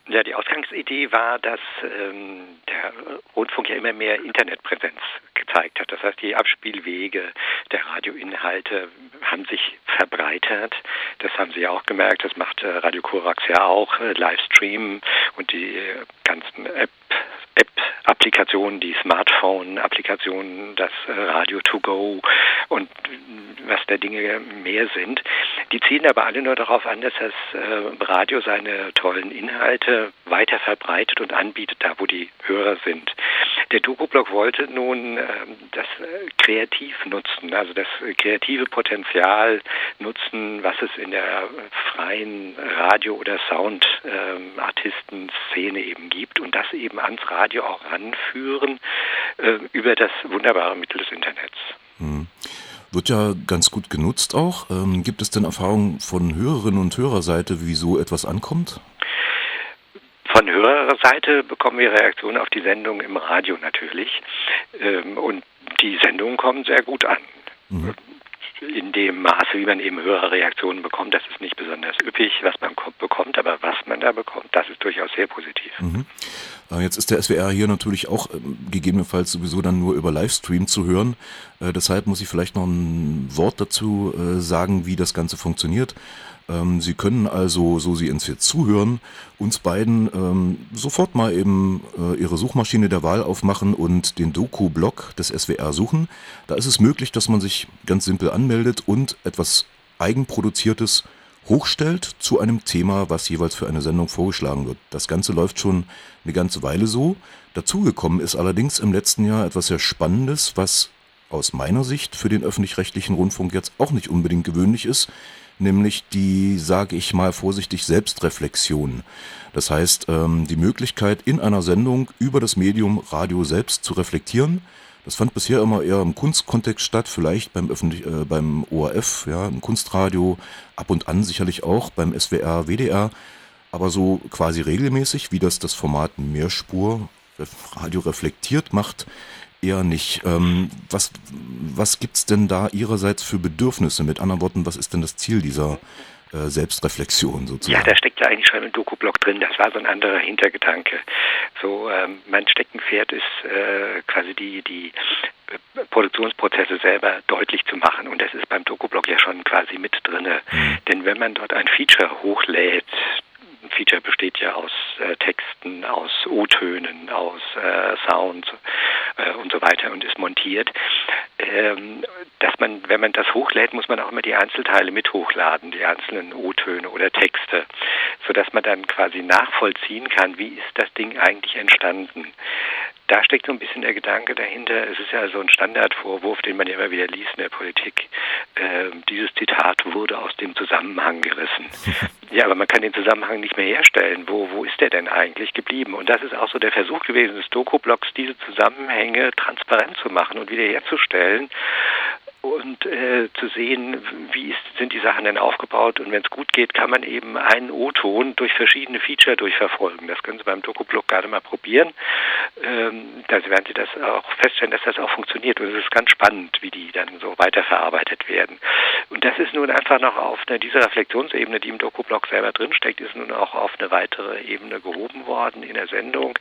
Ja, die Ausgangsidee war, dass der Rundfunk ja immer mehr Internetpräsenz gezeigt hat. Das heißt, die Abspielwege der Radioinhalte haben sich verbreitert. Das haben Sie ja auch gemerkt. Das macht Radio Korax ja auch, Livestream und die ganzen App-Applikationen, die Smartphone-Applikationen, das Radio to go und was der Dinge mehr sind. Die zielen aber alle nur darauf an, dass das Radio seine tollen Inhalte weiter verbreitet und anbietet, da wo die Hörer sind. Der Doku-Blog wollte nun das kreativ nutzen, also das kreative Potenzial nutzen, was es in der freien Radio- oder Sound-Artisten-Szene eben gibt und das eben ans Radio auch ranführen über das wunderbare Mittel des Internets. Wird ja ganz gut genutzt auch. Gibt es denn Erfahrungen von Hörerinnen und Hörerseite, wie so etwas ankommt? Von Hörerseite bekommen wir Reaktionen auf die Sendung im Radio natürlich. Und die Sendungen kommen sehr gut an. In dem Maße, wie man eben Hörerreaktionen bekommt, das ist nicht besonders üppig, was man bekommt, aber was man da bekommt, das ist durchaus sehr positiv. Jetzt ist der SWR hier natürlich auch gegebenenfalls sowieso dann nur über Livestream zu hören. Deshalb muss ich vielleicht noch ein Wort dazu sagen, wie das Ganze funktioniert. Sie können also, so Sie uns jetzt zuhören, uns beiden sofort mal eben Ihre Suchmaschine der Wahl aufmachen und den Doku-Blog des SWR suchen. Da ist es möglich, dass man sich ganz simpel anmeldet und etwas Eigenproduziertes hochstellt zu einem Thema, was jeweils für eine Sendung vorgeschlagen wird. Das Ganze läuft schon eine ganze Weile so. Dazugekommen ist allerdings im letzten Jahr etwas sehr Spannendes, was aus meiner Sicht für den öffentlich-rechtlichen Rundfunk jetzt auch nicht unbedingt gewöhnlich ist, nämlich die, sage ich mal vorsichtig, Selbstreflexion. Das heißt, die Möglichkeit in einer Sendung über das Medium Radio selbst zu reflektieren. Das fand bisher immer eher im Kunstkontext statt, vielleicht beim ORF, ja, im Kunstradio, ab und an sicherlich auch beim SWR, WDR, aber so quasi regelmäßig, wie das Format Mehrspur Radio reflektiert macht, eher nicht. Was gibt's denn da Ihrerseits für Bedürfnisse? Mit anderen Worten, was ist denn das Ziel dieser Selbstreflexion sozusagen? Ja, da steckt ja eigentlich schon im Doku-Blog drin. Das war so ein anderer Hintergedanke. So, mein Steckenpferd ist quasi die Produktionsprozesse selber deutlich zu machen. Und das ist beim Doku-Blog ja schon quasi mit drinne. Denn wenn man dort ein Feature hochlädt, ein Feature besteht ja aus Texten, aus O-Tönen, aus Sounds und so weiter und ist montiert, dass man, wenn man das hochlädt, muss man auch immer die Einzelteile mit hochladen, die einzelnen O-Töne oder Texte, sodass man dann quasi nachvollziehen kann, wie ist das Ding eigentlich entstanden. Da steckt so ein bisschen der Gedanke dahinter, es ist ja so ein Standardvorwurf, den man ja immer wieder liest in der Politik, dieses Zitat wurde aus dem Zusammenhang gerissen. Ja, aber man kann den Zusammenhang nicht mehr herstellen. Wo ist der denn eigentlich geblieben? Und das ist auch so der Versuch gewesen des Doku-Blogs, diese Zusammenhänge transparent zu machen und wiederherzustellen und zu sehen, sind die Sachen denn aufgebaut, und wenn es gut geht, kann man eben einen O-Ton durch verschiedene Feature durchverfolgen. Das können Sie beim Doku-Blog gerade mal probieren. Da werden Sie das auch feststellen, dass das auch funktioniert, und es ist ganz spannend, wie die dann so weiterverarbeitet werden. Und das ist nun einfach noch auf diese Reflexionsebene, die im Doku-Blog selber drinsteckt, ist nun auch auf eine weitere Ebene gehoben worden in der Sendung,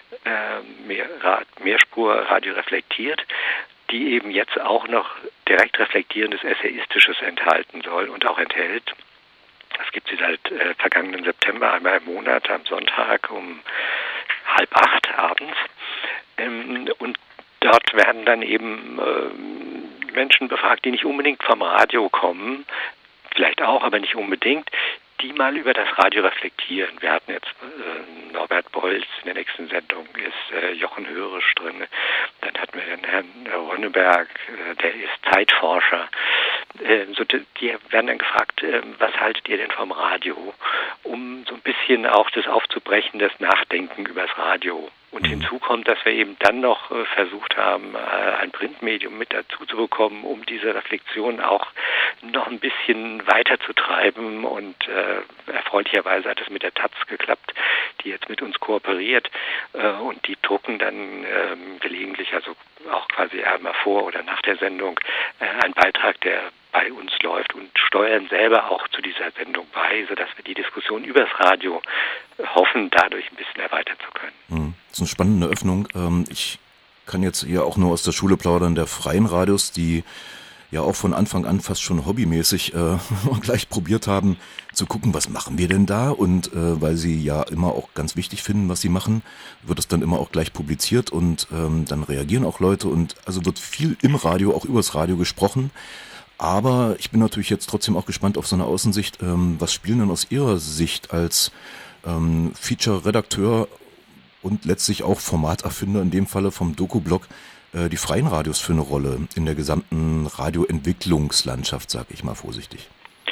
Mehrspur Radio reflektiert, die eben jetzt auch noch direkt reflektierendes Essayistisches enthalten soll und auch enthält. Das gibt sie seit vergangenen September, einmal im Monat am Sonntag um 7:30 abends. Und dort werden dann eben Menschen befragt, die nicht unbedingt vom Radio kommen, vielleicht auch, aber nicht unbedingt, die mal über das Radio reflektieren. Wir hatten jetzt Norbert Bolz, in der nächsten Sendung ist Jochen Hörisch drin, dann hatten wir den Herrn Rönneberg, der ist Zeitforscher. Die werden dann gefragt, was haltet ihr denn vom Radio, um so ein bisschen auch das aufzubrechen, das Nachdenken über das Radio. Und hinzu kommt, dass wir eben dann noch versucht haben, ein Printmedium mit dazu zu bekommen, um diese Reflexion auch noch ein bisschen weiter zu treiben. Und erfreulicherweise hat es mit der Taz geklappt, die jetzt mit uns kooperiert. Und die drucken dann gelegentlich, also auch quasi einmal vor oder nach der Sendung, einen Beitrag, der bei uns läuft und steuern selber auch zu dieser Sendung bei, sodass wir die Diskussion übers Radio hoffen, dadurch ein bisschen erweitern zu können. Das ist eine spannende Öffnung. Ich kann jetzt hier auch nur aus der Schule plaudern, der freien Radios, die ja auch von Anfang an fast schon hobbymäßig gleich probiert haben zu gucken, was machen wir denn da, und weil sie ja immer auch ganz wichtig finden, was sie machen, wird es dann immer auch gleich publiziert und dann reagieren auch Leute, und also wird viel im Radio, auch übers Radio gesprochen. Aber ich bin natürlich jetzt trotzdem auch gespannt auf so eine Außensicht. Was spielen denn aus Ihrer Sicht als Feature-Redakteur und letztlich auch Formaterfinder, in dem Falle vom Doku-Blog, die freien Radios für eine Rolle in der gesamten Radioentwicklungslandschaft, sage ich mal vorsichtig?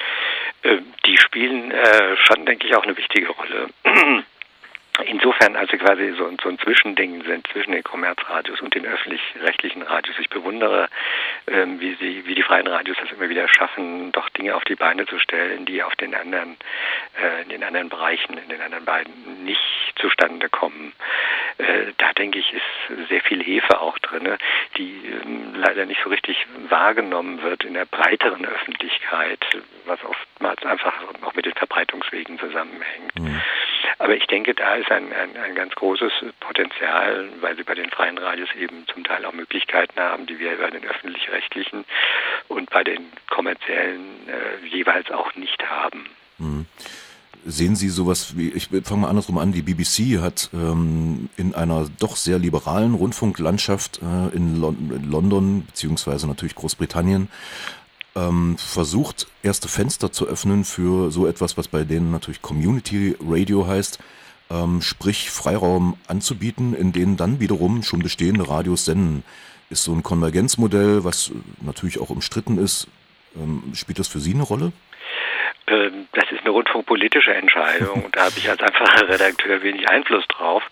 Die spielen schon, denke ich, auch eine wichtige Rolle. Insofern also quasi so ein Zwischending sind zwischen den Kommerzradios und den öffentlich-rechtlichen Radios. Ich bewundere, wie die freien Radios das immer wieder schaffen, doch Dinge auf die Beine zu stellen, die auf den anderen, in den anderen Bereichen, in den anderen beiden nicht zustande kommen. Da denke ich, ist sehr viel Hefe auch drin, die leider nicht so richtig wahrgenommen wird in der breiteren Öffentlichkeit, was oftmals einfach auch mit den Verbreitungswegen zusammenhängt. Mhm. Aber ich denke, da ist ein ganz großes Potenzial, weil sie bei den freien Radios eben zum Teil auch Möglichkeiten haben, die wir bei den öffentlich-rechtlichen und bei den kommerziellen jeweils auch nicht haben. Mhm. Sehen Sie sowas wie, ich fange mal andersrum an, die BBC hat in einer doch sehr liberalen Rundfunklandschaft in London beziehungsweise natürlich Großbritannien versucht, erste Fenster zu öffnen für so etwas, was bei denen natürlich Community Radio heißt, sprich Freiraum anzubieten, in denen dann wiederum schon bestehende Radios senden. Ist so ein Konvergenzmodell, was natürlich auch umstritten ist, spielt das für Sie eine Rolle? Das ist eine rundfunkpolitische Entscheidung und da habe ich als einfacher Redakteur wenig Einfluss drauf.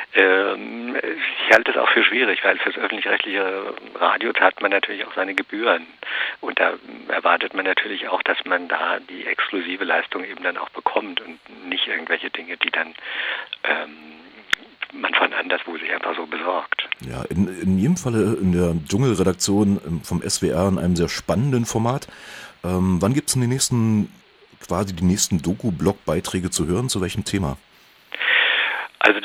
Ich halte es auch für schwierig, weil fürs öffentlich-rechtliche Radio zahlt man natürlich auch seine Gebühren und da erwartet man natürlich auch, dass man da die exklusive Leistung eben dann auch bekommt und nicht irgendwelche Dinge, die dann man von anderswo sich einfach so besorgt. Ja, in jedem Falle in der Dschungelredaktion vom SWR in einem sehr spannenden Format. Wann gibt es denn die nächsten Doku-Blog-Beiträge zu hören? Zu welchem Thema? Also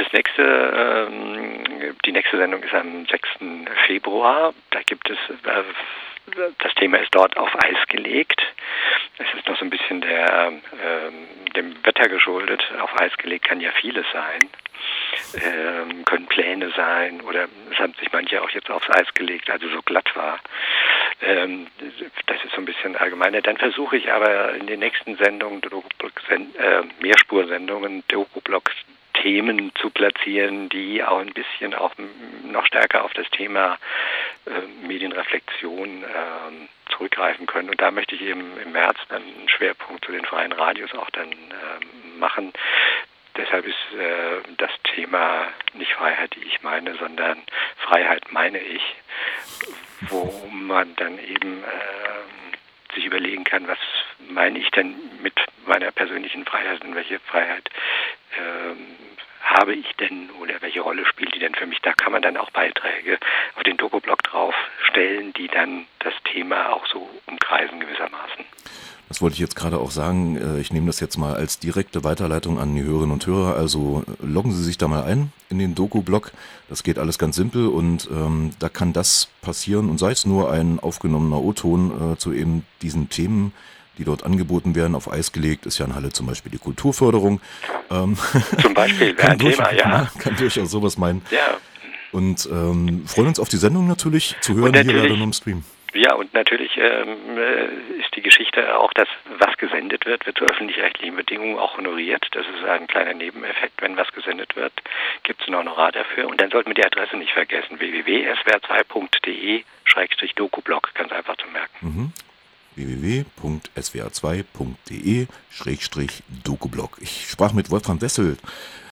die nächste Sendung ist am 6. Februar. Da gibt es, das Thema ist dort auf Eis gelegt. Es ist noch so ein bisschen dem Wetter geschuldet. Auf Eis gelegt kann ja vieles sein. Können Pläne sein oder es haben sich manche auch jetzt aufs Eis gelegt, also so glatt war. Das ist so ein bisschen allgemeiner. Dann versuche ich aber in den nächsten Sendungen, Mehrspursendungen, Doku-Blog-Themen zu platzieren, die auch ein bisschen auch noch stärker auf das Thema Medienreflexion zurückgreifen können. Und da möchte ich eben im März dann einen Schwerpunkt zu den freien Radios auch dann machen. Deshalb ist das Thema nicht Freiheit, die ich meine, sondern Freiheit meine ich, wo man dann eben sich überlegen kann, was meine ich denn mit meiner persönlichen Freiheit und welche Freiheit habe ich denn oder welche Rolle spielt die denn für mich? Da kann man dann auch Beiträge auf den Doku-Blog drauf stellen, die dann das Thema auch so umkreisen gewissermaßen. Das wollte ich jetzt gerade auch sagen. Ich nehme das jetzt mal als direkte Weiterleitung an die Hörerinnen und Hörer. Also loggen Sie sich da mal ein in den Doku-Blog. Das geht alles ganz simpel und da kann das passieren und sei es nur ein aufgenommener O-Ton zu eben diesen Themen, die dort angeboten werden, auf Eis gelegt. Ist ja in Halle zum Beispiel die Kulturförderung. Zum Beispiel wäre ein Thema, ja. Kann durchaus sowas meinen. Ja. Und freuen uns auf die Sendung natürlich, zu hören hier leider nur im Stream. Ja, und natürlich ist die Geschichte auch, dass was gesendet wird zu öffentlich-rechtlichen Bedingungen auch honoriert. Das ist ein kleiner Nebeneffekt. Wenn was gesendet wird, gibt es ein Honorar dafür. Und dann sollten wir die Adresse nicht vergessen. www.swr2.de/Doku-Blog, ganz einfach zu merken. Mhm. www.swr2.de/Doku-Blog. Ich sprach mit Wolfram Wessel.